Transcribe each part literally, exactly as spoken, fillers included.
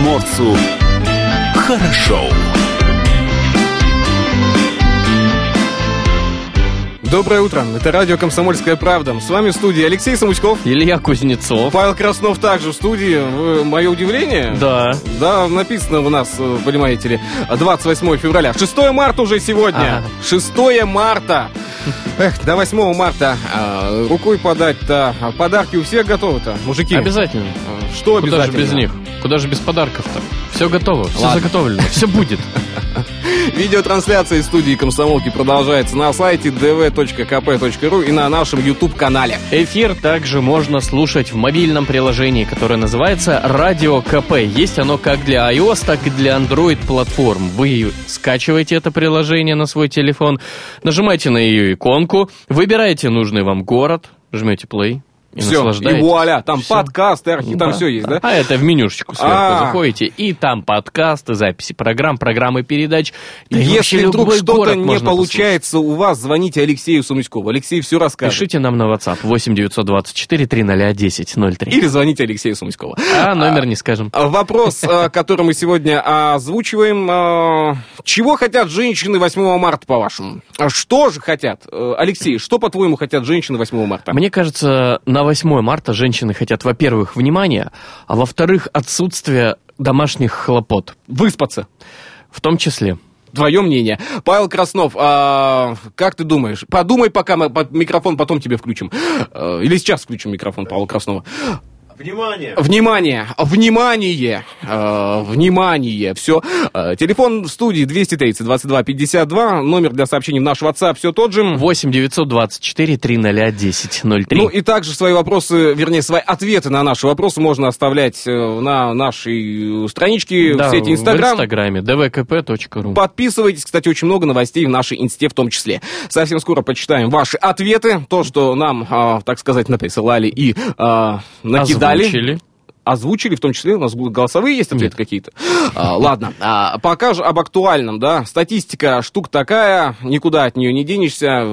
комсомольцу хорошо. Доброе утро, это радио «Комсомольская правда». С вами в студии Алексей Самуськов, Илья Кузнецов, Павел Краснов также в студии. Мое удивление? Да. Да, написано у нас, понимаете ли, двадцать восьмое февраля. шестое марта уже сегодня. Ага. шестое марта. Эх, до восьмого марта а, рукой подать-то. Подарки у всех готовы-то, мужики? Обязательно. Что обязательно? Куда же без них? Куда же без подарков-то? Все готово, все Ладно. заготовлено, все будет. Видеотрансляция из студии «Комсомолки» продолжается на сайте ди ви точка ка пэ точка ру и на нашем YouTube-канале. Эфир также можно слушать в мобильном приложении, которое называется «Радио КП». Есть оно как для iOS, так и для Android-платформ. Вы скачиваете это приложение на свой телефон, нажимаете на ее иконку, выбираете нужный вам город, жмете play. И все, и вуаля, там все. Подкасты, архи, там да. все есть, да? А это в менюшечку сверху А-а-а. заходите, и там подкасты, записи программ, программы передач. Да если вдруг что-то не получается послушать. У вас, звоните Алексею Самуськову. Алексей все расскажет. Пишите нам на WhatsApp восемь девятьсот двадцать четыре триста десять ноль три. Или звоните Алексею Самуськову. А номер не скажем. Вопрос, который мы сегодня озвучиваем. Чего хотят женщины восьмого марта, по-вашему? Что же хотят? Алексей, что, по-твоему, хотят женщины восьмого марта? Мне кажется, на восьмое марта женщины хотят, во-первых, внимания, а во-вторых, отсутствие домашних хлопот. Выспаться. В том числе. Твое мнение. Павел Краснов, а, как ты думаешь? Подумай, пока мы микрофон потом тебе включим. Или сейчас включим микрофон Павла Краснова. Внимание! Внимание! Внимание! Э, внимание! Все. Э, телефон в студии двести тридцать двадцать два пятьдесят два. Номер для сообщений в наш WhatsApp все тот же. восемь девятьсот двадцать четыре триста десять ноль три. Ну и также свои вопросы, вернее, свои ответы на наши вопросы можно оставлять на нашей страничке да, в сети Инстаграм. В Инстаграме ди ви ка пэ точка ру. Подписывайтесь. Кстати, очень много новостей в нашей инсте в том числе. Совсем скоро почитаем ваши ответы. То, что нам, э, так сказать, написали и э, накидали. Озвучили. Озвучили, в том числе у нас будут голосовые есть ответы Нет. какие-то. А, ладно, а, пока же об актуальном, да. Статистика штука такая, никуда от нее не денешься,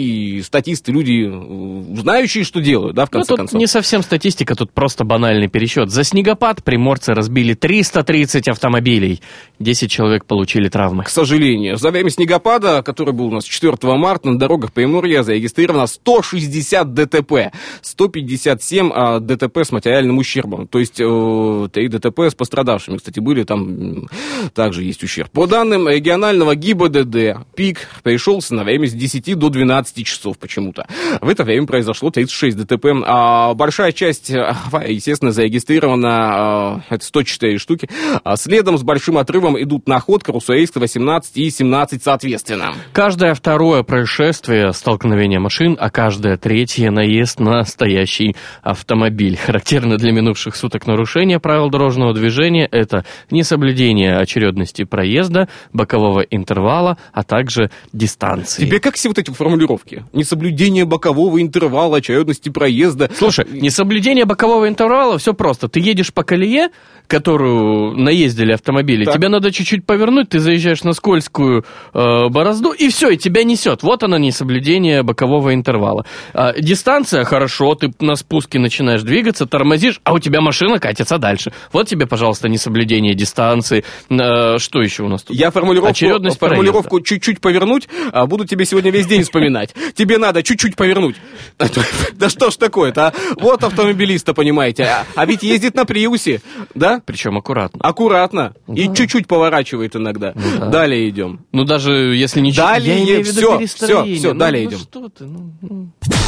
и статисты люди, знающие, что делают, да, в конце ну, тут концов. Не совсем статистика, тут просто банальный пересчет. За снегопад приморцы разбили триста тридцать автомобилей, десять человек получили травмы. К сожалению, за время снегопада, который был у нас четвёртого марта, на дорогах Приморья зарегистрировано сто шестьдесят дэ тэ пэ, сто пятьдесят семь а, дэ тэ пэ с материальным ущербом. То есть три дэ тэ пэ с пострадавшими, кстати, были, там также есть ущерб. По данным регионального ГИБДД, пик пришелся на время с десяти до двенадцати часов почему-то. В это время произошло тридцать шесть дэ тэ пэ. А большая часть, естественно, зарегистрирована, это сто четыре штуки. А следом с большим отрывом идут Находка, Руссоейская, восемнадцать и семнадцать соответственно. Каждое второе происшествие — столкновение машин, а каждое третье — наезд на настоящий автомобиль. Характерно для минувших суток нарушение правил дорожного движения — это несоблюдение очередности проезда, бокового интервала, а также дистанции. Тебе как все вот эти формулировки? Несоблюдение бокового интервала, очередности проезда. Слушай, несоблюдение бокового интервала — все просто. Ты едешь по колее, которую наездили автомобили, так. тебе надо чуть-чуть повернуть, ты заезжаешь на скользкую э, борозду, и все, и тебя несет. Вот оно, несоблюдение бокового интервала. А, дистанция — хорошо, ты на спуске начинаешь двигаться, тормозишь, а у тебя машина катится дальше. Вот тебе, пожалуйста, несоблюдение дистанции. Э, что еще у нас тут? Я формулировку, формулировку чуть-чуть повернуть, а буду тебе сегодня весь день вспоминать. Тебе надо чуть-чуть повернуть. Да что ж такое-то, а? Вот автомобилиста, понимаете. А ведь ездит на Приусе, да? Причем аккуратно. Аккуратно. И да. чуть-чуть поворачивает иногда. Ну, да. Далее идем. Ну, даже если ничего... Далее, я все, все, все, ну, далее ну, идем. Что ты? Ну, ну.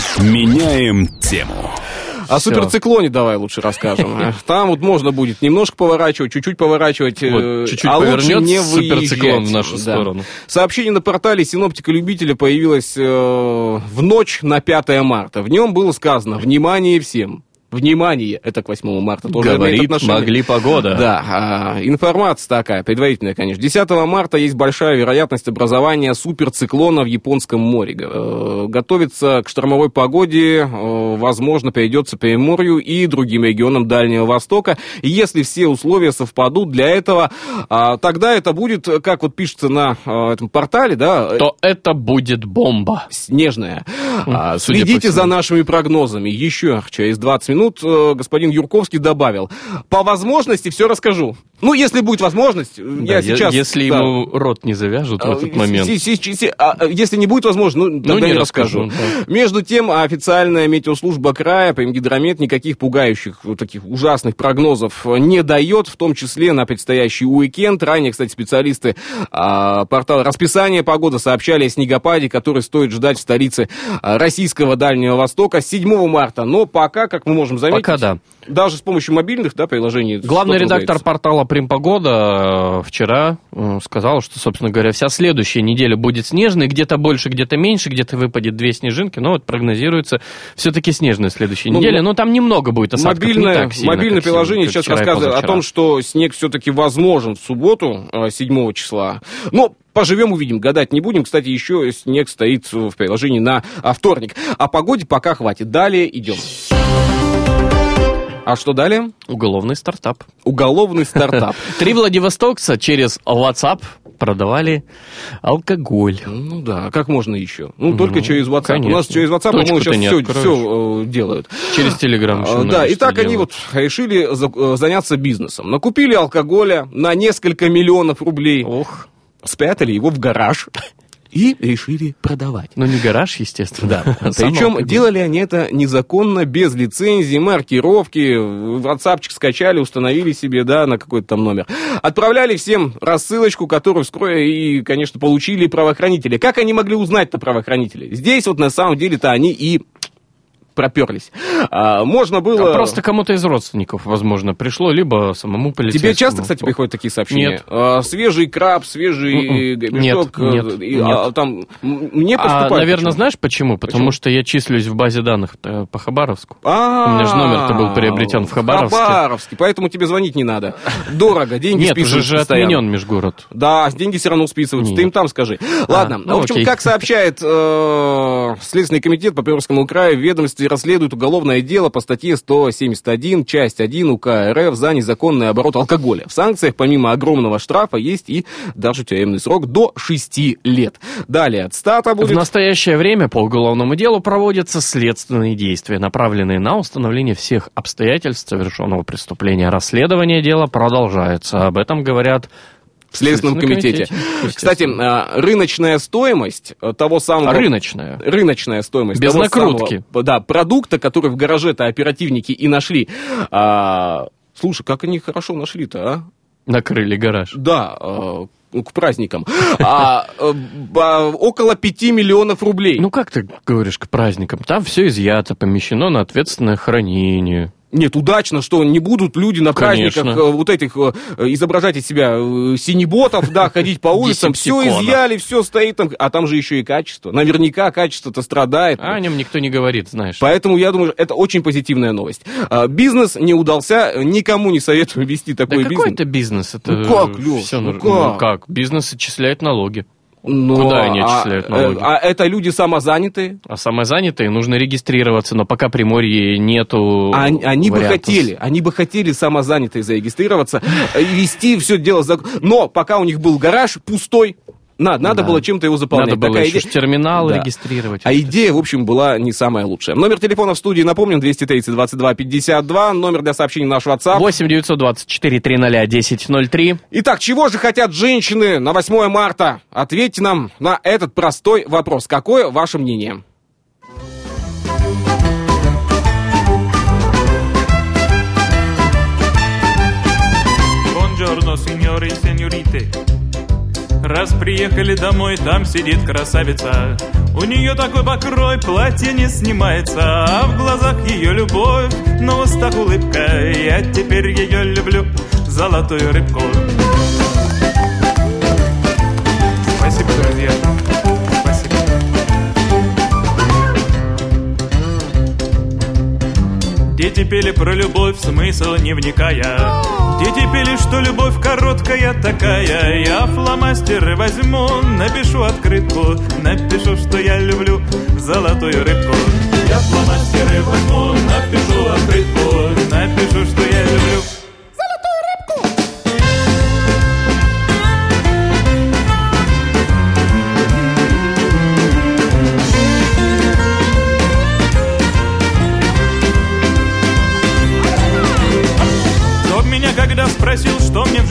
Меняем тему. О Все. суперциклоне давай лучше расскажем. Там вот можно будет немножко поворачивать, чуть-чуть поворачивать, вот, чуть-чуть а лучше не суперциклон в нашу да. сторону. Сообщение на портале синоптика-любителя появилось э, в ночь на пятое марта. В нем было сказано: «Внимание всем». Внимание, это к восьмому марта тоже говорит могли погода. Да, а, информация такая, предварительная, конечно. десятого марта есть большая вероятность образования суперциклона в Японском море. Э, готовиться к штормовой погоде, э, возможно, придется Приморью и другим регионам Дальнего Востока. И если все условия совпадут для этого, э, тогда это будет, как вот пишется на э, этом портале, да, то это будет бомба. Снежная. А, следите за нашими прогнозами. Еще через двадцать минут э, господин Юрковский добавил. По возможности все расскажу. Ну, если будет возможность, да, я сейчас... Если да, ему рот не завяжут в этот момент. Если не будет возможности, ну, тогда ну, не, не расскажу. расскажу да. Между тем, официальная метеослужба края, Промгидромет, никаких пугающих, таких ужасных прогнозов не дает, в том числе на предстоящий уикенд. Ранее, кстати, специалисты а, портала «Расписание погоды» сообщали о снегопаде, который стоит ждать в столице российского Дальнего Востока с седьмого марта. Но пока, как мы можем заметить... Пока да. Даже с помощью мобильных да, приложений... Главный редактор портала «Примпогода» вчера сказал, что, собственно говоря, вся следующая неделя будет снежной, где-то больше, где-то меньше, где-то выпадет две снежинки, но вот прогнозируется все-таки снежная следующая ну, неделя, но там немного будет осадков, мобильное, не так сильно, мобильное как приложение сильно, сейчас рассказывает о том, что снег все-таки возможен в субботу, седьмого числа, но поживем, увидим, гадать не будем. Кстати, еще снег стоит в приложении на вторник. О погоде пока хватит. Далее идем. А что далее? Уголовный стартап. Уголовный стартап. Три владивостокца через WhatsApp продавали алкоголь. Ну да, как можно еще? Ну, ну только через WhatsApp. Конечно. У нас через WhatsApp, по-моему, сейчас все, все э, делают. Через Telegram. А, да, и так они вот решили за, заняться бизнесом. Накупили алкоголя на несколько миллионов рублей. Ох. Спрятали его в гараж. И решили продавать. Ну, не гараж, естественно. Да. Причем делали они это незаконно, без лицензии, маркировки. В WhatsAppчик скачали, установили себе, да, на какой-то там номер. Отправляли всем рассылочку, которую вскоре и, конечно, получили правоохранители. Как они могли узнать-то правоохранители? Здесь вот на самом деле-то они и... проперлись. А, можно было... А просто кому-то из родственников, возможно, пришло, либо самому полицейскому. Тебе часто, кстати, приходят такие сообщения? Нет. А, свежий краб, свежий мешок. Нет, нет, и, нет. А, там, мне поступает. А, наверное, почему? знаешь почему? Потому почему? что я числюсь в базе данных по Хабаровску. А-а-а. У меня же номер-то был приобретен в Хабаровске. Хабаровске, поэтому тебе звонить не надо. Дорого, деньги Нет, списываются уже же отменен межгород. Да, деньги все равно списываются, Нет. ты им там скажи. Ладно, А, ну, в общем, окей. как сообщает э, Следственный комитет по Приморскому краю, в ведомстве расследует уголовное дело по статье сто семьдесят один, часть один УК РФ за незаконный оборот алкоголя. В санкциях помимо огромного штрафа есть и даже тюремный срок до шести лет. Далее отстата будет... В настоящее время по уголовному делу проводятся следственные действия, направленные на установление всех обстоятельств совершенного преступления. Расследование дела продолжается. Об этом говорят... В Следственном комитете. Кстати, рыночная стоимость того самого... Рыночная? Рыночная стоимость. Без того накрутки. Самого, да, продукта, который в гараже-то оперативники и нашли. А, слушай, как они хорошо нашли-то, а? Накрыли гараж. Да, а, к праздникам. А, а, около пяти миллионов рублей. Ну, как ты говоришь к праздникам? Там все изъято, помещено на ответственное хранение. Нет, удачно, что не будут люди на Конечно. праздниках вот этих изображать из себя синеботов, да, ходить по улицам, все изъяли, все стоит там, а там же еще и качество. Наверняка качество-то страдает. А о нем никто не говорит, знаешь. Поэтому я думаю, это очень позитивная новость. Бизнес не удался, никому не советую вести такой да бизнес. какой это бизнес? Это ну как, Лёш, все, ну как? Ну как? Бизнес отчисляет налоги. Но, Куда они отчисляют а, налоги? А, а это люди самозанятые? А самозанятые нужно регистрироваться, но пока Приморье нету а, Они бы вариантов. хотели, они бы хотели самозанятые зарегистрироваться, вести все дело. За... Но пока у них был гараж пустой, надо, надо да. было чем-то его заполнять. Надо было Такая еще идея... терминал да. регистрировать. А идея, в общем, была не самая лучшая. Номер телефона в студии, напомним, двести тридцать двадцать два пятьдесят два. Номер для сообщений наш WhatsApp. восемь девятьсот двадцать четыре триста десять ноль три. Итак, чего же хотят женщины на восьмое марта? Ответьте нам на этот простой вопрос. Какое ваше мнение? Buongiorno, signori e signorite. Раз приехали домой, там сидит красавица. У нее такой покрой, платье не снимается, а в глазах ее любовь, на устах улыбка. Я теперь ее люблю, золотую рыбку. Спасибо, друзья. Спасибо. Дети пели про любовь, смысл не вникая. Дети пели, что любовь короткая такая. Я фломастеры возьму, напишу открытку, напишу, что я люблю золотую рыбку. Я фломастеры возьму, напишу открытку, напишу, что я люблю золотую рыбку.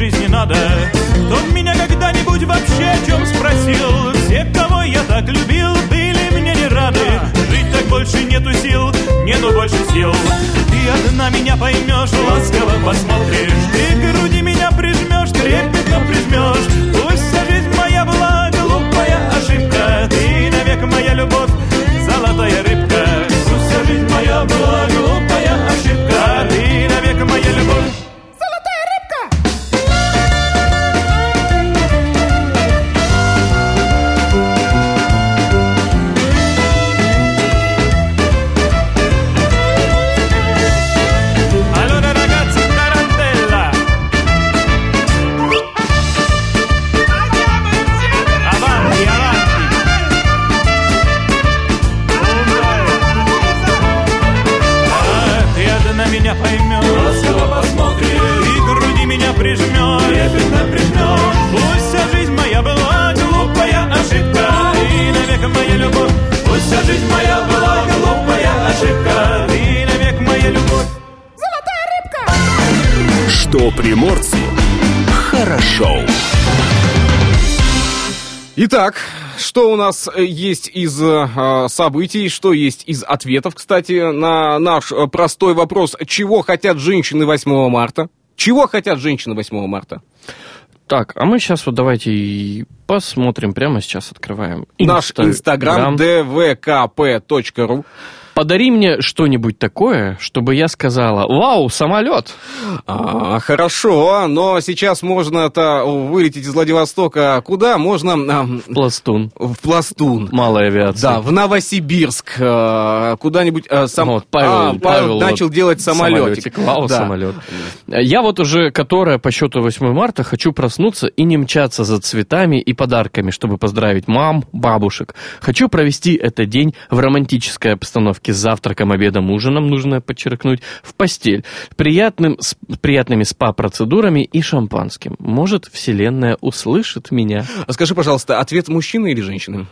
жизни надо. Кто меня когда-нибудь вообще о чем спросил? Все, кого я так любил, были мне не рады. Жить так больше нету сил, нету больше сил. Ты одна меня поймешь, ласково посмотришь. Ты к груди меня прижмешь, трепетно прижмешь. Пусть вся жизнь моя была глупая ошибка. Ты навек моя любовь, золотая рыбка. Пусть вся жизнь моя была глупая ошибка. Ты навек моя любовь. Меня поймешь, ласково посмотришь, и к груди меня прижмешь, трепетно прижмешь. Пусть вся жизнь моя была глупая ошибка, и навек моя любовь. Пусть вся жизнь моя была глупая ошибка, и навек моя любовь. Золотая рыбка! Что приморцу хорошо. Итак, что у нас есть из э, событий, что есть из ответов, кстати, на наш э, простой вопрос, чего хотят женщины восьмого марта? Чего хотят женщины восьмого марта? Так, а мы сейчас вот давайте и посмотрим, прямо сейчас открываем. Наш инстаграм дэ вэ ка пэ точка ру. Подари мне что-нибудь такое, чтобы я сказала: вау, самолет! А, хорошо, но сейчас можно-то вылететь из Владивостока куда? Можно... А, в Пластун. В Пластун. Малая авиация. Да, в Новосибирск. А, куда-нибудь... А, сам... вот, Павел, а, Павел, Павел начал вот делать самолетик. Самолетик, вау, да. Самолет. Я вот уже, которая по счету восьмого марта, хочу проснуться и не мчаться за цветами и подарками, чтобы поздравить мам, бабушек. Хочу провести этот день в романтической обстановке с завтраком, обедом, ужином, нужно подчеркнуть, в постель, приятным, с приятными спа-процедурами и шампанским. Может, Вселенная услышит меня? Скажи, пожалуйста, ответ мужчины или женщины?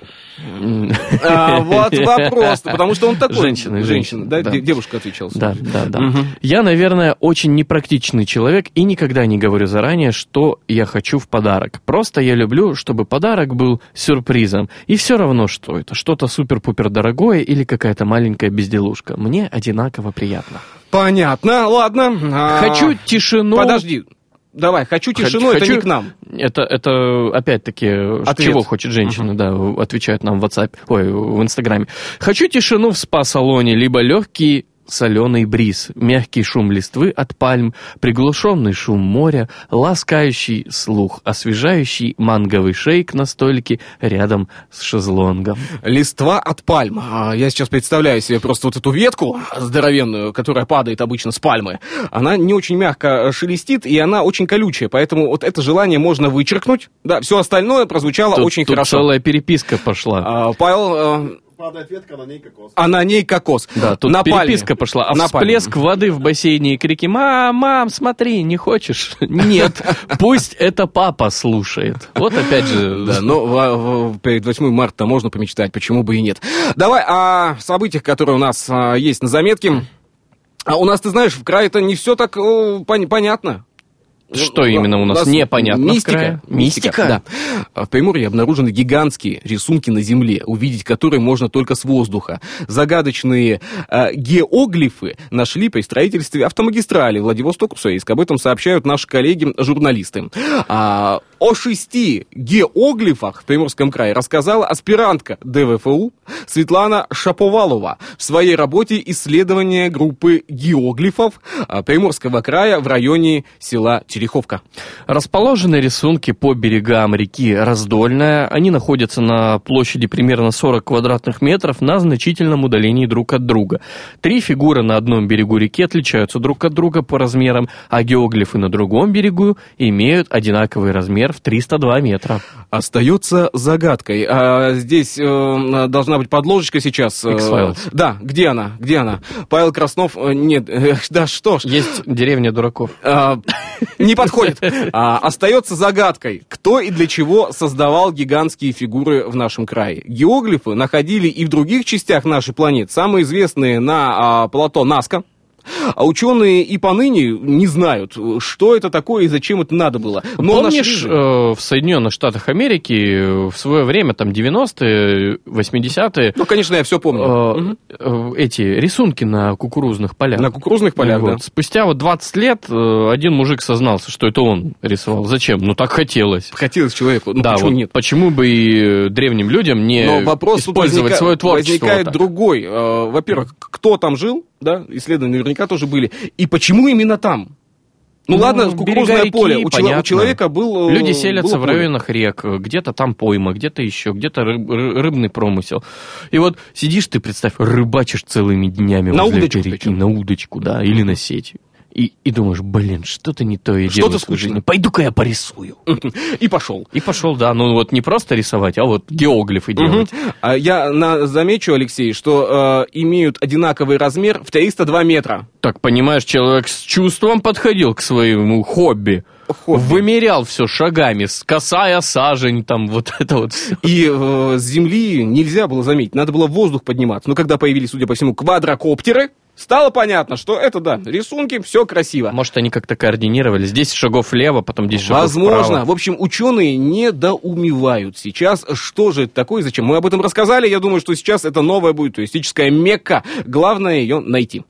Вот вопрос, потому что он такой. Женщина. Женщина, да? Девушка отвечала. Да, да, да. Я, наверное, очень непрактичный человек и никогда не говорю заранее, что я хочу в подарок. Просто я люблю, чтобы подарок был сюрпризом. И все равно, что это. Что-то супер-пупер дорогое или какая-то маленькая безделушка. Мне одинаково приятно. Понятно, ладно. Хочу тишину. Подожди. Давай, хочу тишину, хочу, это не к нам. Это, это опять-таки, Ответ. Чего хочет женщина, uh-huh. да, отвечают нам в WhatsApp, ой, в Инстаграме. Хочу тишину в спа-салоне, либо легкий соленый бриз, мягкий шум листвы от пальм, приглушенный шум моря, ласкающий слух, освежающий манговый шейк на столике рядом с шезлонгом. Листва от пальм. Я сейчас представляю себе просто вот эту ветку здоровенную, которая падает обычно с пальмы. Она не очень мягко шелестит, и она очень колючая, поэтому вот это желание можно вычеркнуть. Да, все остальное прозвучало тут, очень тут хорошо. Целая переписка пошла. А, Павел... Падает ветка, на ней кокос. А на ней кокос. Да, тут на переписка пальме. пошла. А на всплеск пальме. воды в бассейне и крики: «Мам, мам, смотри, не хочешь?» Нет, пусть это папа слушает. Вот опять же. Да, но перед восьмого марта можно помечтать, почему бы и нет. Давай о событиях, которые у нас есть на заметке. А у нас, ты знаешь, в крае-то не все так понятно. Что именно у нас, у нас непонятно? Мистика. Мистика? Да. В Приморье обнаружены гигантские рисунки на земле, увидеть которые можно только с воздуха. Загадочные э, геоглифы нашли при строительстве автомагистрали Владивосток-Уссурийск. Об этом сообщают наши коллеги-журналисты. А, о шести геоглифах в Приморском крае рассказала аспирантка дэ вэ эф у Светлана Шаповалова в своей работе «Исследование группы геоглифов Приморского края в районе села Тереховка». Расположены рисунки по берегам реки Раздольная. Они находятся на площади примерно сорок квадратных метров на значительном удалении друг от друга. Три фигуры на одном берегу реки отличаются друг от друга по размерам, а геоглифы на другом берегу имеют одинаковый размер в триста два метра. Остается загадкой. А здесь э, должна быть подложечка сейчас. Э, да, где она? Где она? Павел Краснов... Э, нет, э, да что ж. Есть деревня дураков. Э, не подходит. А, остается загадкой, кто и для чего создавал гигантские фигуры в нашем крае. Геоглифы находили и в других частях нашей планеты. Самые известные на а, плато Наска. А ученые и поныне не знают, что это такое и зачем это надо было. Но помнишь, нашли... э, в Соединенных Штатах Америки в свое время, там, девяностые, восьмидесятые... Ну, конечно, я все помню. Э, угу. э, эти рисунки на кукурузных полях. На кукурузных полях, вот. да. Спустя вот двадцать лет э, один мужик сознался, что это он рисовал. Зачем? Ну, так хотелось. Хотелось человеку. Ну, да, почему вот нет? Почему бы и древним людям не Но вопрос использовать возника... свое творчество? возникает вот другой. Во-первых, кто там жил, да, исследования наверняка тоже были, и почему именно там? Ну, ну ладно, кукурузное реки, поле, у, чело- у человека был... Люди селятся в поле. районах рек, где-то там пойма, где-то еще, где-то рыб, рыбный промысел. И вот сидишь ты, представь, рыбачишь целыми днями на возле удочку, этой реки, на удочку, да, или на сеть. И, и думаешь, блин, что-то не то я делаю в своей жизни. Пойду-ка я порисую. И пошел. И пошел, да. Ну вот не просто рисовать, а вот геоглифы делать. Угу. Я на, замечу, Алексей, что э, имеют одинаковый размер в триста два метра. Так, понимаешь, человек с чувством подходил к своему хобби. Хобби. Вымерял все шагами, косая сажень, там вот это вот все. И э, с земли нельзя было заметить, надо было в воздух подниматься. Но когда появились, судя по всему, квадрокоптеры, стало понятно, что это, да, рисунки, все красиво. Может, они как-то координировались. десять шагов влево, потом десять шагов Возможно. вправо. В общем, ученые недоумевают сейчас, что же это такое и зачем. Мы об этом рассказали, я думаю, что сейчас это новая будет туристическая Мекка. Главное ее найти.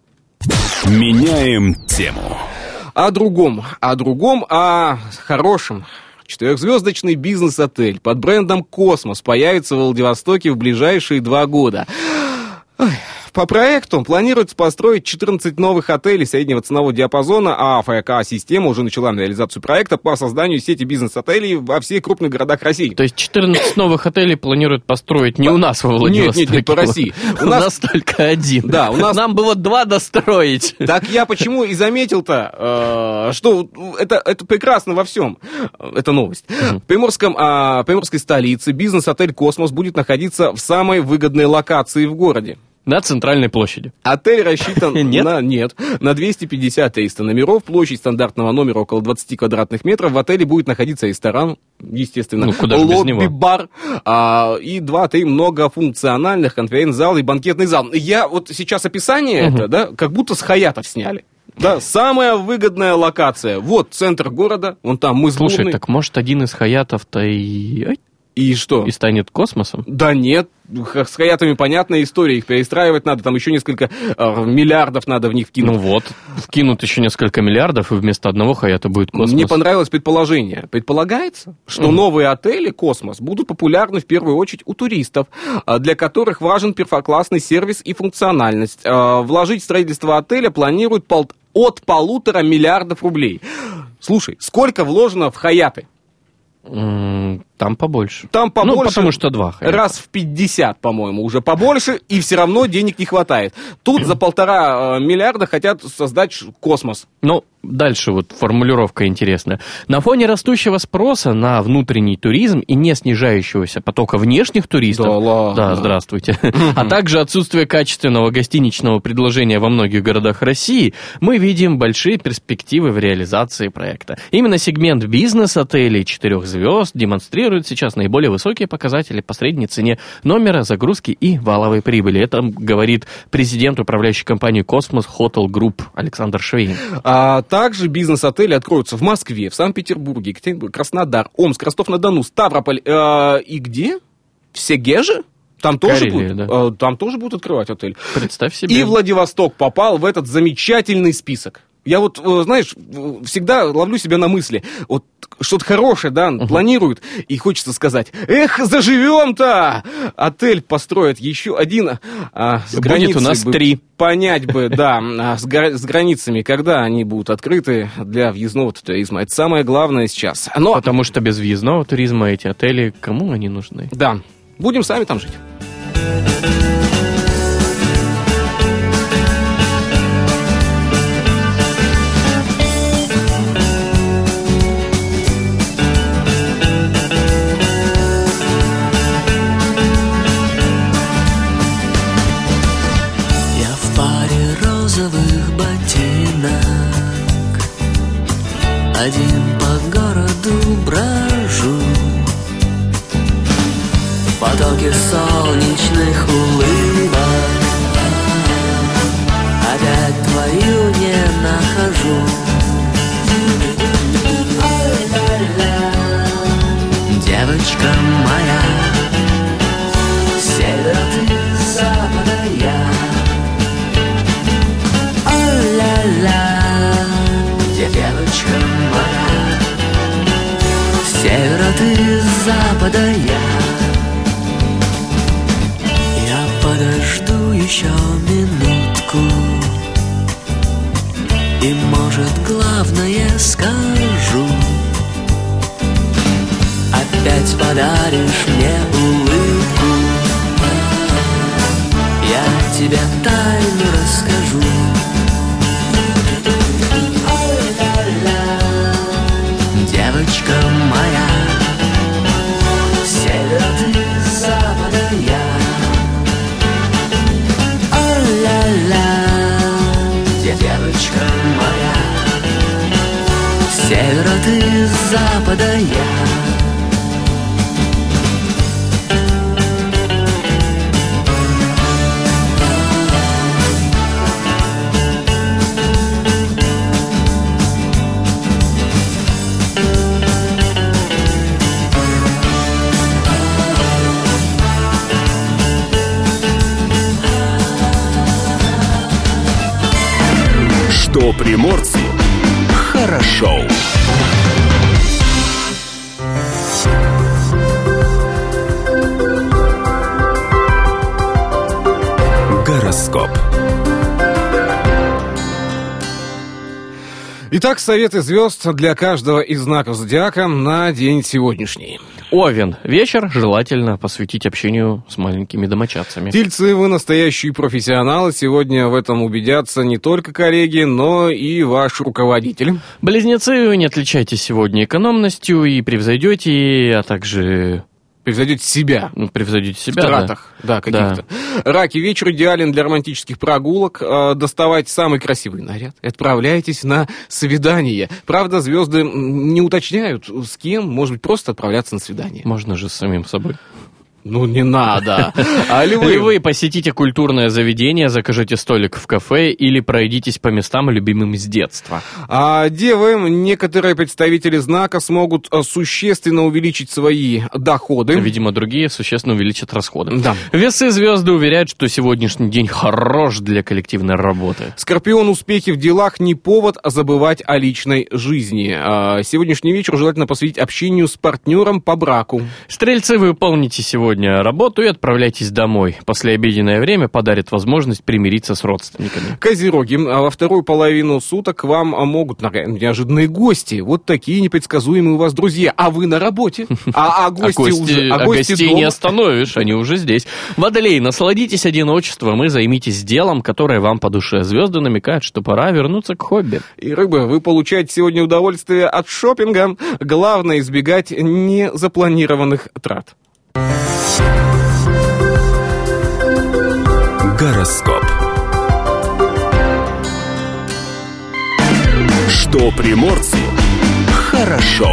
Меняем тему. О другом, о другом, о хорошем. Четырехзвездочный бизнес-отель под брендом «Космос» появится в Владивостоке в ближайшие два года. Ой. По проекту планируется построить четырнадцать новых отелей среднего ценового диапазона, а АФК-система уже начала реализацию проекта по созданию сети бизнес-отелей во всех крупных городах России. То есть четырнадцать новых отелей планируют построить не по... у нас во Владивостоке. Нет, нет, нет, по России. У, у нас... нас только один. Да, у нас... Нам бы вот два достроить. Так я почему и заметил-то, э, что это, это прекрасно во всем. Это новость. Uh-huh. В Приморском, э, Приморской столице бизнес-отель «Космос» будет находиться в самой выгодной локации в городе. На центральной площади. Отель рассчитан нет? на, нет, на двести пятьдесят триста номеров. Площадь стандартного номера около двадцать квадратных метров. В отеле будет находиться ресторан, естественно, ну, куда же без него? лобби-бар а, и два-три многофункциональных конференц-зала и банкетный зал. Я вот сейчас описание uh-huh. это, да, как будто с Хаятов сняли. Да, самая выгодная локация. Вот центр города, вон там мыс Бурный. Слушай, так может один из Хаятов-то и... И что? И станет космосом? Да нет, с Хаятами понятная история, их перестраивать надо, там еще несколько э, миллиардов надо в них вкинуть. Ну вот, вкинут еще несколько миллиардов, и вместо одного Хаята будет космос. Мне понравилось предположение. Предполагается, что угу. новые отели «Космос» будут популярны в первую очередь у туристов, для которых важен первоклассный сервис и функциональность. Вложить в строительство отеля планируют пол... от полутора миллиардов рублей. Слушай, сколько вложено в Хаяты? Там побольше. Там побольше. Ну, потому что два. Хаята. Раз в пятьдесят, по-моему, уже побольше, и все равно денег не хватает. Тут за полтора миллиарда хотят создать космос. Ну, дальше вот формулировка интересная. На фоне растущего спроса на внутренний туризм и не снижающегося потока внешних туристов... Да ладно. Да, здравствуйте. А также отсутствие качественного гостиничного предложения во многих городах России, мы видим большие перспективы в реализации проекта. Именно сегмент бизнес-отелей четырех звезд демонстрирует сейчас наиболее высокие показатели по средней цене номера, загрузки и валовой прибыли. Это говорит президент управляющей компании «Космос» Hotel Group Александр Швейн. А также бизнес-отели откроются в Москве, в Санкт-Петербурге, Екатеринбург, Краснодар, Омск, Ростов-на-Дону, Ставрополь. Э, и где? В Сегеже? Там тоже, Карелия, будут, да. э, там тоже будут открывать отель. Представь себе. И Владивосток попал в этот замечательный список. Я вот, знаешь, всегда ловлю себя на мысли, вот что-то хорошее, да, uh-huh. планируют, и хочется сказать, эх, заживем-то! Отель построят еще один, а, с будет у нас бы, три. Понять бы, да, с, гра- с границами, когда они будут открыты для въездного туризма. Это самое главное сейчас. Но... Потому что без въездного туризма эти отели, кому они нужны? Да, будем сами там жить. Один по городу брожу, в потоке солнечных улыбок. Опять твою не Девочка моя, с севера ты, с запада я. О-ля-ля, где девочка моя, с севера ты, с запада я. Я подожду еще минутку, и, может, главное скажу. Опять подаришь мне улыбку, я тебе тайну расскажу. Ой-ля-ля, девочка моя, с севера ты, с запада я. Ой-ля-ля, где девочка моя, с севера ты, с запада я. Что приморцу хорошо. Гороскоп. Итак, советы звезд для каждого из знаков зодиака на день сегодняшний. Овен. Вечер желательно посвятить общению с маленькими домочадцами. Тельцы, вы настоящие профессионалы. Сегодня в этом убедятся не только коллеги, но и ваш руководитель. Близнецы, вы не отличаетесь сегодня экономностью и превзойдете, а также... Превзойдете себя. Ну, превзойдете себя, в тратах, да, да каких-то. Да. Раки, вечер идеален для романтических прогулок. Э, доставайте самый красивый наряд и отправляйтесь на свидание. Правда, звезды не уточняют, с кем. Может быть, просто отправляться на свидание. Можно же с самим собой. Ну, не надо. А львы? Львы, посетите культурное заведение, закажите столик в кафе или пройдитесь по местам, любимым с детства. А девы, некоторые представители знака смогут существенно увеличить свои доходы. Видимо, другие существенно увеличат расходы. Да. Весы, звезды уверяют, что сегодняшний день хорош для коллективной работы. Скорпион, успехи в делах не повод забывать о личной жизни. А сегодняшний вечер желательно посвятить общению с партнером по браку. Стрельцы, вы выполните сегодня работу и отправляйтесь домой. Послеобеденное время подарит возможность примириться с родственниками. Козероги, во вторую половину суток к вам могут нагрянуть неожиданные гости. Вот такие непредсказуемые у вас друзья. А вы на работе. А, а гости, а гости уже... А, а гости гостей дома. Не остановишь, они уже здесь. Водолей, насладитесь одиночеством и займитесь делом, которое вам по душе. Звезды намекают, что пора вернуться к хобби. И рыбы, вы получаете сегодня удовольствие от шопинга. Главное избегать незапланированных трат. Гороскоп. Что приморцу хорошо.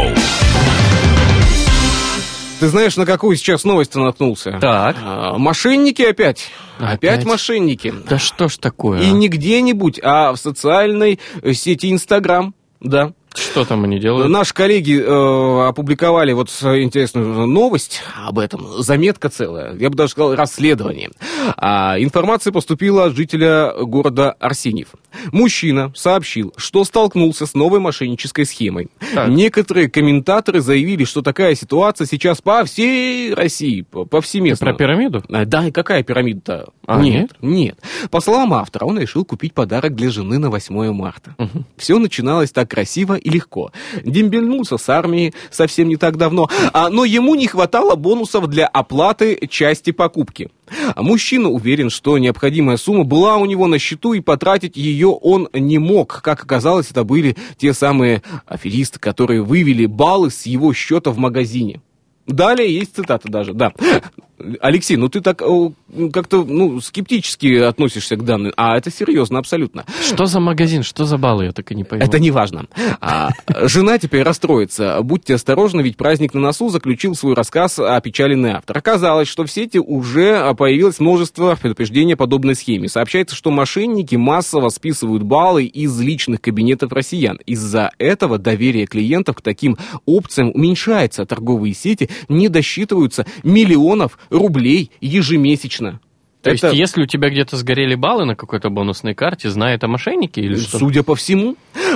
Ты знаешь, на какую сейчас новость ты наткнулся? Так. А, мошенники опять. Опять, Опять мошенники. Да что ж такое? И а? не где-нибудь, а в социальной сети Инстаграм. Да. Что там они делают? Наши коллеги э, опубликовали вот интересную новость об этом. Заметка целая. Я бы даже сказал, расследование. А, информация поступила от жителя города Арсеньев. Мужчина сообщил, что столкнулся с новой мошеннической схемой. Так. Некоторые комментаторы заявили, что такая ситуация сейчас по всей России, повсеместно. Ты про пирамиду? А, да, и какая пирамида-то? А, нет, нет. По словам автора, он решил купить подарок для жены на восьмое марта. Угу. Все начиналось так красиво и легко. Дембельнулся с армией совсем не так давно, а, но ему не хватало бонусов для оплаты части покупки. Мужчина уверен, что необходимая сумма была у него на счету, и потратить ее он не мог. Как оказалось, это были те самые аферисты, которые вывели баллы с его счета в магазине. Далее есть цитата даже, да. Алексей, ну ты так как-то, ну, скептически относишься к данным, а это серьезно абсолютно. Что за магазин, что за баллы, я так и не пойму. Это не важно. А, жена теперь расстроится. Будьте осторожны, ведь праздник на носу, заключил свой рассказ опечаленный автор. Оказалось, что в сети уже появилось множество предупреждений о подобной схеме. Сообщается, что мошенники массово списывают баллы из личных кабинетов россиян. Из-за этого доверие клиентов к таким опциям уменьшается. Торговые сети не досчитываются миллионов рублей ежемесячно. То Это... есть, если у тебя где-то сгорели баллы на какой-то бонусной карте, знает о мошеннике или что? Судя по всему.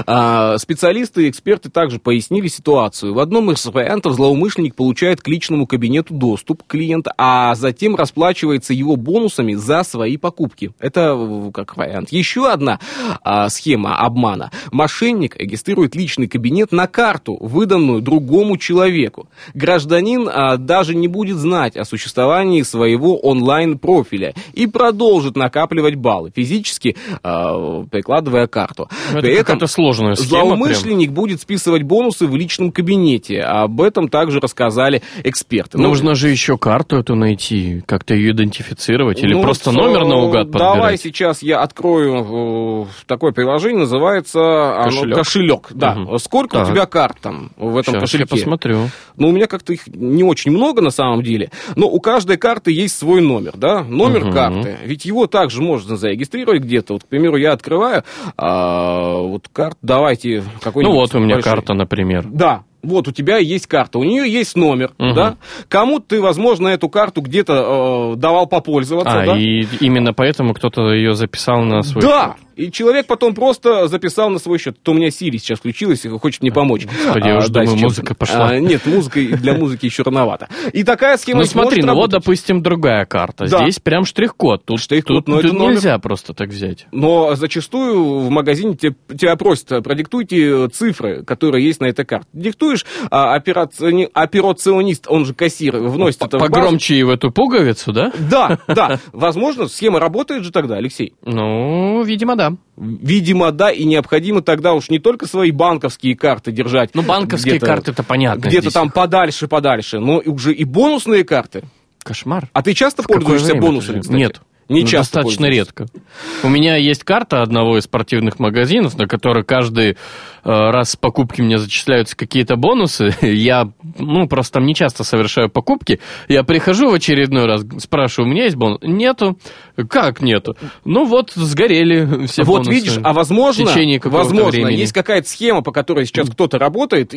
А, специалисты и эксперты также пояснили ситуацию. В одном из вариантов злоумышленник получает к личному кабинету доступ клиента, а затем расплачивается его бонусами за свои покупки. Это как вариант. Еще одна а, схема обмана. Мошенник регистрирует личный кабинет на карту, выданную другому человеку. Гражданин а, даже не будет знать о существовании своего онлайн-профиля и продолжит накапливать баллы, физически э, прикладывая карту. Это При этом сложная схема. Злоумышленник прям будет списывать бонусы в личном кабинете. Об этом также рассказали эксперты. Нужно ну, же еще карту эту найти, как-то ее идентифицировать, или ну, просто номер наугад подбирать? Давай сейчас я открою э, такое приложение, называется кошелек. Оно, кошелек. Да. Угу. Сколько так. у тебя карт там в этом Сейчас кошельке? Я посмотрю. Ну, у меня как-то их не очень много на самом деле, но у каждой карты есть свой номер, да, номер Угу. карты. Ведь его также можно зарегистрировать где-то. Вот, к примеру, я открываю а, вот карту, давайте какой-нибудь... Ну вот у меня большой. карта, например. Да. Вот у тебя есть карта, у нее есть номер, угу. да? Кому-то ты, возможно, эту карту где-то э, давал попользоваться, а, да? и именно поэтому кто-то ее записал на свой Да! счет. И человек потом просто записал на свой счет. То у меня Сири сейчас включилась и хочет мне помочь. Господи, я а, уже да, думаю, сейчас... музыка пошла. А, нет, музыка, для музыки еще рановато. И такая схема Ну смотри, может ну вот, работать. допустим, другая карта. Да. Здесь прям штрих-код. Тут, Штрих-код, тут, но тут это номер. нельзя просто так взять. Но зачастую в магазине тебя, тебя просят, продиктуйте цифры, которые есть на этой карте. Диктуешь, а операци... операционист, он же кассир, вносит это в базу. Погромче и в эту пуговицу, да? Да, да. Возможно, схема работает же тогда, Алексей? Ну, видимо, да. Видимо, да, и необходимо тогда уж не только свои банковские карты держать. Ну, банковские где-то, карты-то понятно. Где-то здесь. там подальше-подальше, но уже и бонусные карты. Кошмар. А ты часто В какое пользуешься время бонусами, это? кстати? Нет. Не Ну, часто достаточно пользуешься. редко. У меня есть карта одного из спортивных магазинов, на который каждый э, раз с покупки мне зачисляются какие-то бонусы. Я, ну, просто там не часто совершаю покупки. Я прихожу в очередной раз, спрашиваю, у меня есть бонус? Нету. Как нету? Ну, вот, сгорели все Вот бонусы. видишь, а возможно, в течение какого-то возможно времени. есть какая-то схема, по которой сейчас кто-то работает,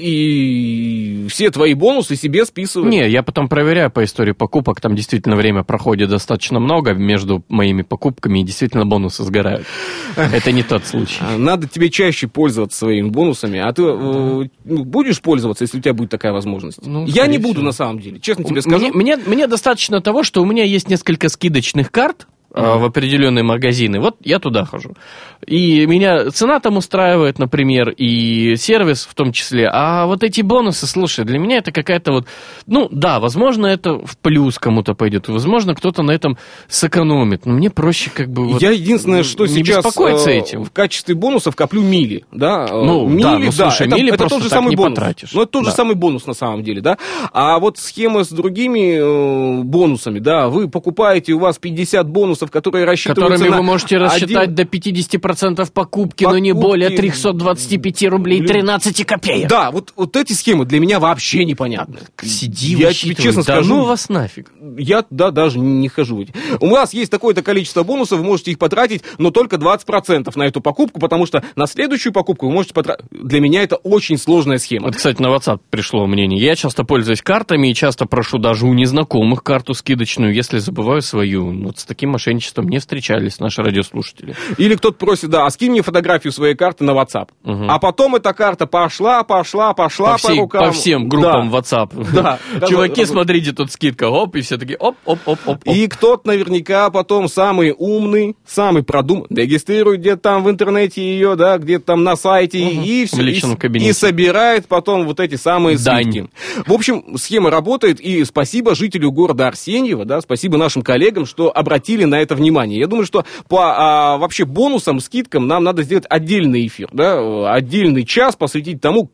и все твои бонусы себе списывают. Не, я потом проверяю по истории покупок, там действительно время проходит достаточно много между моими покупками, и действительно бонусы сгорают. Это не тот случай. Надо тебе чаще пользоваться своими бонусами, а ты э, будешь пользоваться, если у тебя будет такая возможность? Ну, я не скорее буду, всего. на самом деле, честно тебе скажу. Мне, мне, мне достаточно того, что у меня есть несколько скидочных карт uh-huh. в определенные магазины. Вот я туда хожу. И меня цена там устраивает, например, и сервис в том числе. А вот эти бонусы, слушай, для меня это какая-то вот... Ну, да, возможно, это в плюс кому-то пойдет. Возможно, кто-то на этом сэкономит. Но мне проще как бы... Вот я единственное, что не сейчас беспокоиться э, этим. в качестве бонусов коплю мили. Да? Ну, мили, да, ну, слушай, это, мили это просто тот же так самый не бонус. потратишь. Ну, это тот Да. же самый бонус на самом деле, да. А вот схема с другими э, бонусами, да, вы покупаете, у вас пятьдесят бонусов, которые рассчитываются Которыми на вы можете рассчитать один... до пятьдесят процентов покупки, но не Покупки. более триста двадцать пять рублей Блин. тринадцать копеек. Да, вот, вот эти схемы для меня вообще непонятны. Сиди, я тебе высчитывай. честно Да скажу, ну вас нафиг. я туда даже не хожу. У вас есть такое-то количество бонусов, вы можете их потратить, но только двадцать процентов на эту покупку, потому что на следующую покупку вы можете потратить. Для меня это очень сложная схема. Вот, кстати, на WhatsApp пришло мнение. Я часто пользуюсь картами и часто прошу даже у незнакомых карту скидочную, если забываю свою. Вот с таким мошенничеством не встречались наши радиослушатели. Или кто-то просит, да, а скинь мне фотографию своей карты на WhatsApp. Угу. А потом эта карта пошла, пошла, пошла По, по, всей, рукам. по всем группам Да. WhatsApp. Да. Чуваки, Раз- смотрите, тут скидка. Оп, и все такие оп-оп-оп-оп. И кто-то наверняка потом самый умный, самый продуманный, регистрирует где-то там в интернете ее, да, где-то там на сайте, Угу. и все. В личном и, кабинете. и собирает потом вот эти самые Дань. скидки. В общем, схема работает, и спасибо жителю города Арсеньево, да, спасибо нашим коллегам, что обратили на это внимание. Я думаю, что по а, вообще бонусам, скидкам нам надо сделать отдельный эфир, да, отдельный час посвятить тому, как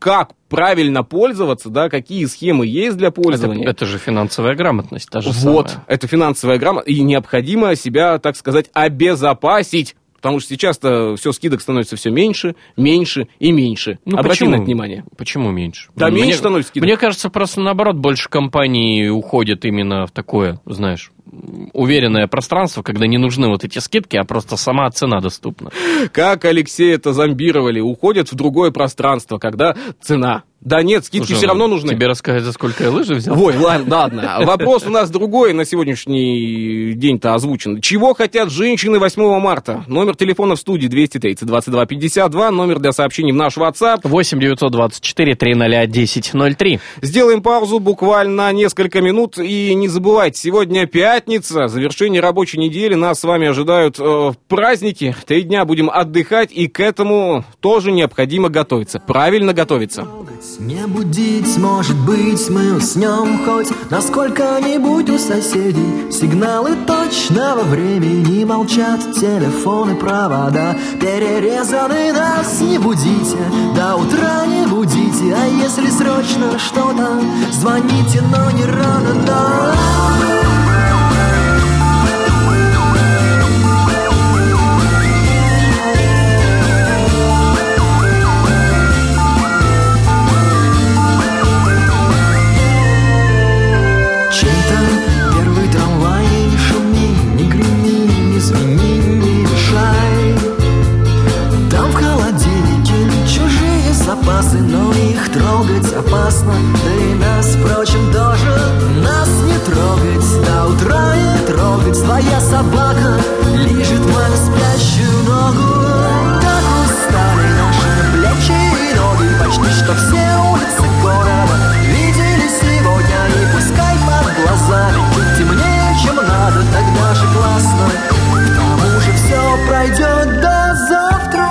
правильно пользоваться, да, какие схемы есть для пользования. Это, это же финансовая грамотность, та же Вот, самая. это финансовая грамотность, и необходимо себя, так сказать, обезопасить. Потому что сейчас-то все скидок становится все меньше, меньше и меньше. Ну, Обрати почему? на это внимание. Почему меньше? Да, мне, меньше становится скидок. Мне кажется, просто наоборот, больше компаний уходит именно в такое, знаешь, уверенное пространство, когда не нужны вот эти скидки, а просто сама цена доступна. Как Алексей это зомбировали, уходят в другое пространство, когда цена. Да нет, скидки Слушай, все равно нужны. Тебе рассказать, за сколько я лыжи взял? Ой, ладно, ладно. Вопрос у нас другой на сегодняшний день-то озвучен. Чего хотят женщины восьмого марта? Номер телефона в студии двести тридцать двадцать два пятьдесят два, номер для сообщений в наш WhatsApp. восемь девятьсот двадцать четыре триста десять ноль три. Сделаем паузу буквально на несколько минут. И не забывайте, сегодня пятница, завершение рабочей недели. Нас с вами ожидают э, праздники. Три дня будем отдыхать, и к этому тоже необходимо готовиться. Правильно готовиться. Не будить, может быть, мы уснем хоть на сколько-нибудь у соседей. Сигналы точного времени молчат, телефоны, провода перерезаны. Нас не будите, до утра не будите. А если срочно что-то, звоните, но не рано, да. Но их трогать опасно, да и нас, впрочем, тоже. Нас не трогать, до утра не трогать. Твоя собака лижет мою спящую ногу. Так устали наши плечи и ноги, почти что все улицы города видели сегодня. И пускай под глазами чуть темнее, чем надо, тогда же классно. К тому же все пройдет до завтра.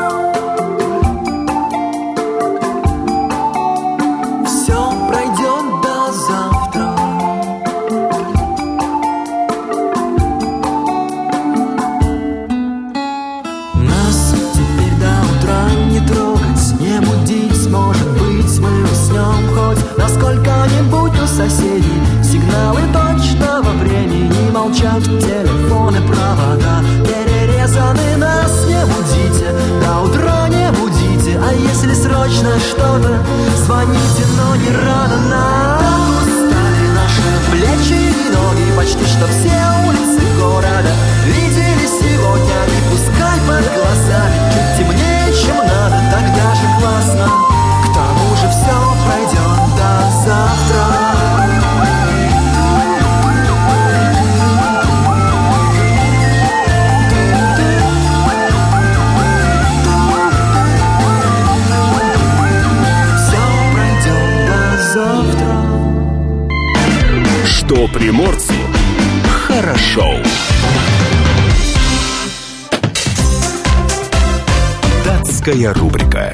Соседей, сигналы точного времени молчат, телефоны, провода перерезаны. Нас не будите, до утра не будите. А если срочно что-то, звоните, но не рано. Нам так устали наши плечи и ноги, почти что все улицы города видели сегодня. И пускай под глазами чуть темнее, чем надо, тогда же классно. К тому же все пройдет до завтра. Что приморцу хорошо. Датская рубрика.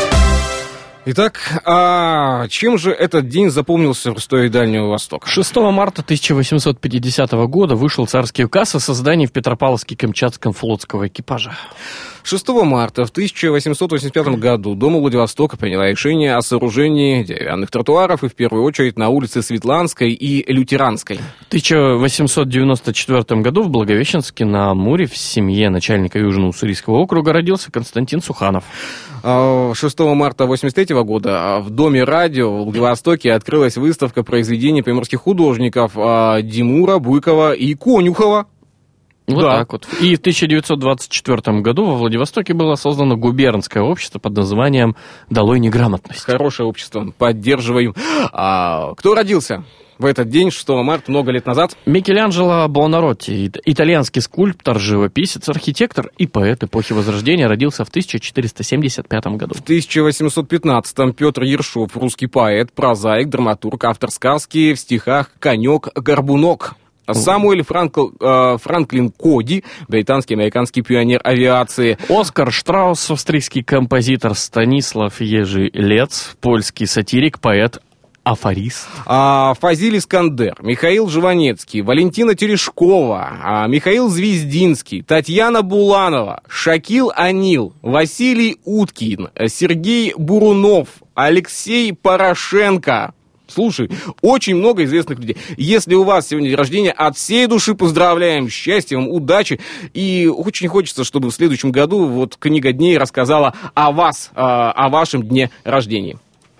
Итак, а чем же этот день запомнился в истории Дальнего Востока? шестого марта тысяча восемьсот пятидесятого года вышел царский указ о создании в Петропавловске-Камчатском флотского экипажа. шестого марта в тысяча восемьсот восемьдесят пятом году Дума Владивостока приняла решение о сооружении деревянных тротуаров, и в первую очередь на улице Светланской и Лютеранской. В тысяча восемьсот девяносто четвёртом году в Благовещенске на Амуре в семье начальника Южно-Уссурийского округа родился Константин Суханов. шестого марта восемьдесят третьего года в Доме радио в Владивостоке открылась выставка произведений приморских художников Димура, Буйкова и Конюхова. Вот да. так вот. И в тысяча девятьсот двадцать четвёртом году во Владивостоке было создано губернское общество под названием «Долой неграмотность». Хорошее общество, поддерживаем. А, кто родился в этот день, шестого марта, много лет назад? Микеланджело Буонаротти, итальянский скульптор, живописец, архитектор и поэт эпохи Возрождения, родился в тысяча четыреста семьдесят пятом году. В тысяча восемьсот пятнадцатом Петр Ершов, русский поэт, прозаик, драматург, автор сказки в стихах «Конек-горбунок». Самуэль Франкл, э, Франклин Коди, британский американский пионер авиации. Оскар Штраус, австрийский композитор. Станислав Ежелец, польский сатирик, поэт, афорист. А, Фазиль Искандер, Михаил Жванецкий, Валентина Терешкова, а, Михаил Звездинский, Татьяна Буланова, Шакил Анил, Василий Уткин, Сергей Бурунов, Алексей Порошенко. Слушай, очень много известных людей. Если у вас сегодня день рождения, от всей души поздравляем, счастья вам, удачи. И очень хочется, чтобы в следующем году вот книга дней рассказала о вас, о вашем дне рождения.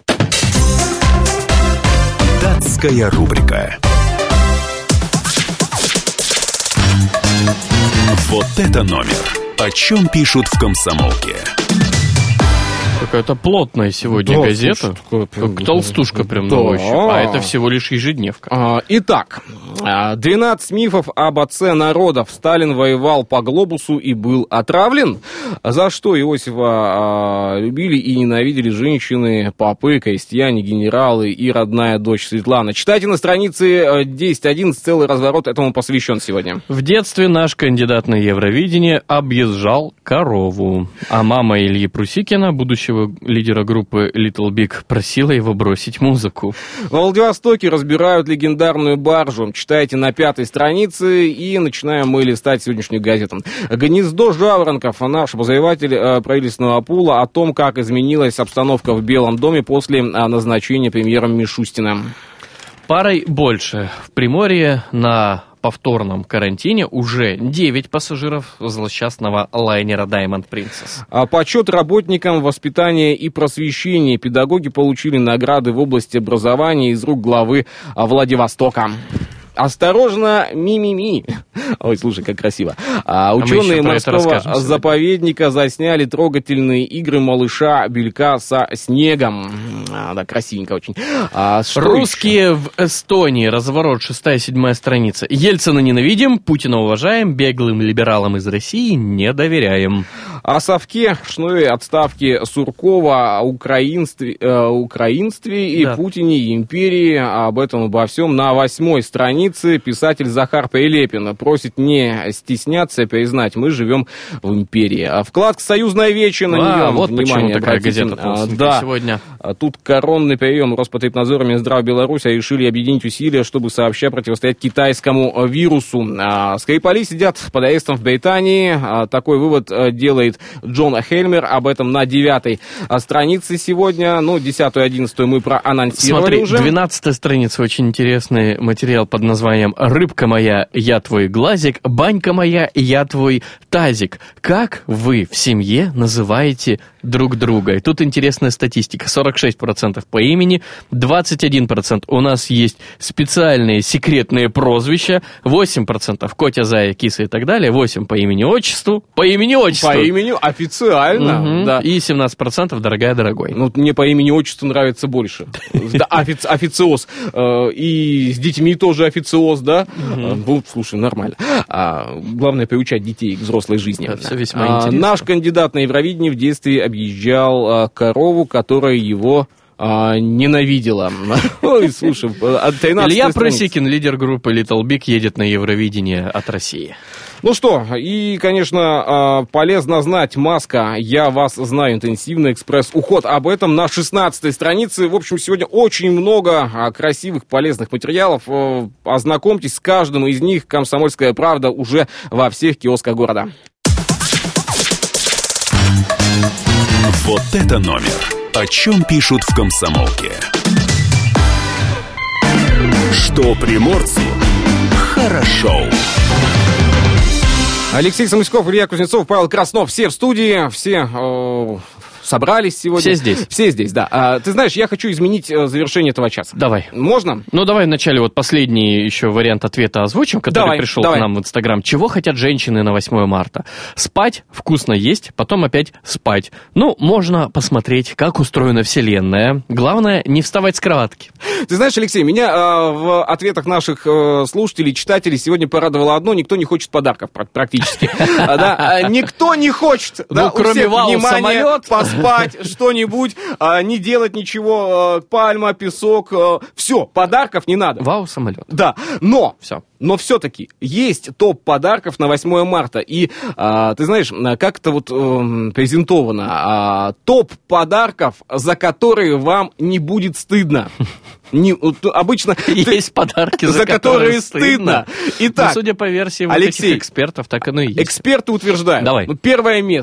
Датская рубрика. Вот это номер. О чем пишут в «Комсомолке». Какая-то плотная сегодня да, газета. Слушай, такое, прям, как толстушка прям да. на ощупь. А это всего лишь ежедневка. А, итак, двенадцать мифов об отце народов. Сталин воевал по глобусу и был отравлен. За что Иосифа а, любили и ненавидели женщины, попы, крестьяне, генералы и родная дочь Светлана. Читайте на странице десять одиннадцать, целый разворот этому посвящен сегодня. В детстве наш кандидат на Евровидение объезжал корову. А мама Ильи Прусикина, будущего лидера группы Little Big, просила его бросить музыку. В Владивостоке разбирают легендарную баржу. Читайте на пятой странице, и начинаем мы листать сегодняшнюю газету. Гнездо жаворонков. Наш обозреватель э, правительственного пула о том, как изменилась обстановка в Белом доме после э, назначения премьером Мишустина. Парой больше. В Приморье на повторном карантине уже девять пассажиров злосчастного лайнера Diamond Princess. А почет работникам воспитания и просвещения. Педагоги получили награды в области образования из рук главы Владивостока. Осторожно, ми-ми-ми. Ой, слушай, как красиво. А, ученые а морского заповедника засняли трогательные игры малыша Белька со снегом. А, да, красивенько очень. А, Русские еще? В Эстонии. Разворот, шестая-седьмая страница. Ельцина ненавидим, Путина уважаем, беглым либералам из России не доверяем. О совке, шной отставки Суркова, о украинстве, э, украинстве и да. Путине, и империи. Об этом обо всем на восьмой странице. Писатель Захар Прилепин просит не стесняться и признать, мы живем в империи. А вкладка «Союзная вече» на а, нее вот внимание. Почему такая газета а, да. сегодня. Тут коронный прием. Роспотребнадзор и Минздрав Беларуси решили объединить усилия, чтобы сообща противостоять китайскому вирусу. Скрипали сидят под арестом в Британии. Такой вывод делает Джон Хельмер. Об этом на девятой странице сегодня. Ну, десятую и одиннадцатую мы проанонсировали Смотри, уже. двенадцатая страница, очень интересный материал под названием «Рыбка моя, я твой глазик, банька моя, я твой тазик». Как вы в семье называете друг друга? И тут интересная статистика. сорок шесть процентов по имени, двадцать один процент у нас есть специальные секретные прозвища, восемь процентов Котя, Зая, Киса и так далее, восемь процентов по имени-отчеству, по имени-отчеству. По имени официально, угу. да. И семнадцать процентов дорогая-дорогой. Ну, мне по имени-отчеству нравится больше. Официоз. И с детьми тоже официоз, да? Ну, слушай, нормально. Главное приучать детей к взрослой жизни. Все весьма интересно. Наш кандидат на Евровидение в детстве объезжал корову, которая его а, ненавидела. Ой, слушай, Илья Прусикин, лидер группы Little Big, едет на Евровидение от России. Ну что, и, конечно, полезно знать, маска, я вас знаю, интенсивный экспресс-уход. Об этом на шестнадцатой странице. В общем, сегодня очень много красивых, полезных материалов. Ознакомьтесь с каждым из них. «Комсомольская правда» уже во всех киосках города. Вот это номер. О чем пишут в «Комсомолке». Что приморцу хорошо. Алексей Самуськов, Илья Кузнецов, Павел Краснов. Все в студии, все э, собрались сегодня. Все здесь. Все здесь, да. А, ты знаешь, я хочу изменить э, завершение этого часа. Давай. Можно? Ну, давай вначале вот последний еще вариант ответа озвучим, который давай, пришел давай. к нам в Инстаграм. Чего хотят женщины на восьмое марта? Спать, вкусно есть, потом опять спать. Ну, можно посмотреть, как устроена Вселенная. Главное, не вставать с кроватки. Ты знаешь, Алексей, меня э, в ответах наших э, слушателей, читателей сегодня порадовало одно: никто не хочет подарков практически. Никто не хочет. Ну, кроме вау, самолет. Поспать, что-нибудь, не делать ничего, пальма, песок. Все, подарков не надо. Вау, самолет. Да, но... Все. Но все-таки есть топ подарков на восьмое марта. И а, ты знаешь, как это вот э, презентовано. А, топ подарков, за которые вам не будет стыдно. Не, обычно есть подарки, за, за которые стыдно. Итак, судя по версии вот Алексей, этих экспертов, так оно и есть. Эксперты утверждают. Давай. Ну, первое место.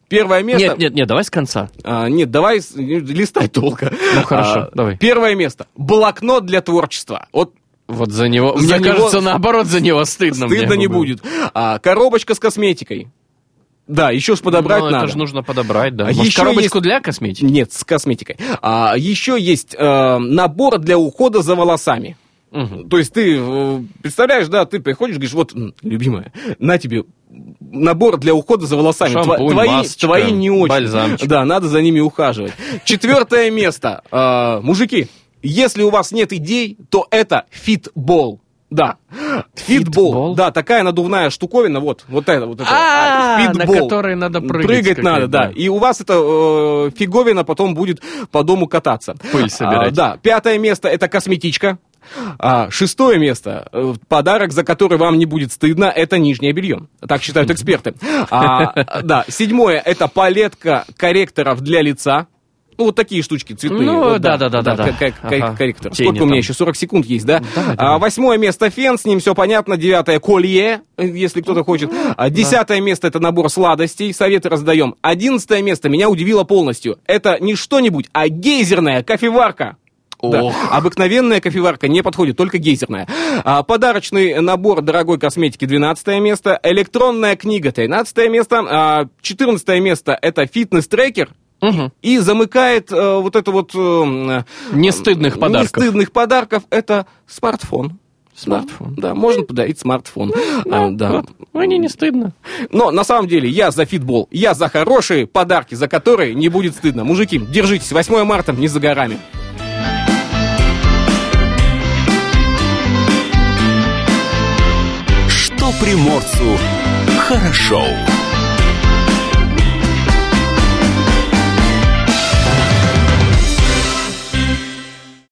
Первое место... Нет, нет, нет, давай с конца. А, нет, давай с- листай долго. Ну, хорошо, А, давай. Первое место. Блокнот для творчества. Вот Вот за него... За Мне него- кажется, наоборот, за него стыдно. стыдно мне не будет. будет. А, коробочка с косметикой. Да, еще ж подобрать Ну, надо. это же нужно подобрать, да. А Может, еще коробочку есть- для косметики? Нет, с косметикой. А, еще есть э, набор для ухода за волосами. Мгм. То есть ты э, представляешь, да, ты приходишь, говоришь, вот, м, любимая, на тебе набор для ухода за волосами. Тва- Шампунь, твои, масочка, твои не очень. бальзамчик. Да, надо за ними ухаживать. Четвертое место. Э, мужики, если у вас нет идей, то это фитбол. Да. Фитбол. Фитбол? Да, такая надувная штуковина, вот, вот это, вот это. А, на Фитбол. которой надо прыгать. Прыгать надо, какая-то, да. И у вас эта э, фиговина потом будет по дому кататься. Пыль собирать. А, да. Пятое место — это косметичка. А, шестое место, э, подарок, за который вам не будет стыдно, это нижнее белье. Так считают эксперты. А, да. Седьмое — это палетка корректоров для лица. Ну, вот такие штучки цветные. Ну, Вот, да-да-да-да-да. к- к- к- Ага. Корректор. Тени Сколько у меня там. еще? сорок секунд есть, да? Давай, А, давай. восьмое место — фен, с ним все понятно. Девятое — колье, если кто-то хочет. А, десятое место — это набор сладостей. Советы раздаем. Одиннадцатое место меня удивило полностью. Это не что-нибудь, а гейзерная кофеварка. Да. Ох. Обыкновенная кофеварка не подходит, только гейзерная. А, подарочный набор дорогой косметики — двенадцатое место. Электронная книга — тринадцатое место. А, четырнадцатое место — это фитнес-трекер. Мгм. И замыкает э, вот это вот... э, Нестыдных э, подарков. Нестыдных подарков — это смартфон. Смартфон. Да, да, можно подарить смартфон. А, да. Вот. Мне не стыдно. Но на самом деле я за фитбол. Я за хорошие подарки, за которые не будет стыдно. Мужики, держитесь. восьмое марта не за горами. Что приморцу хорошо.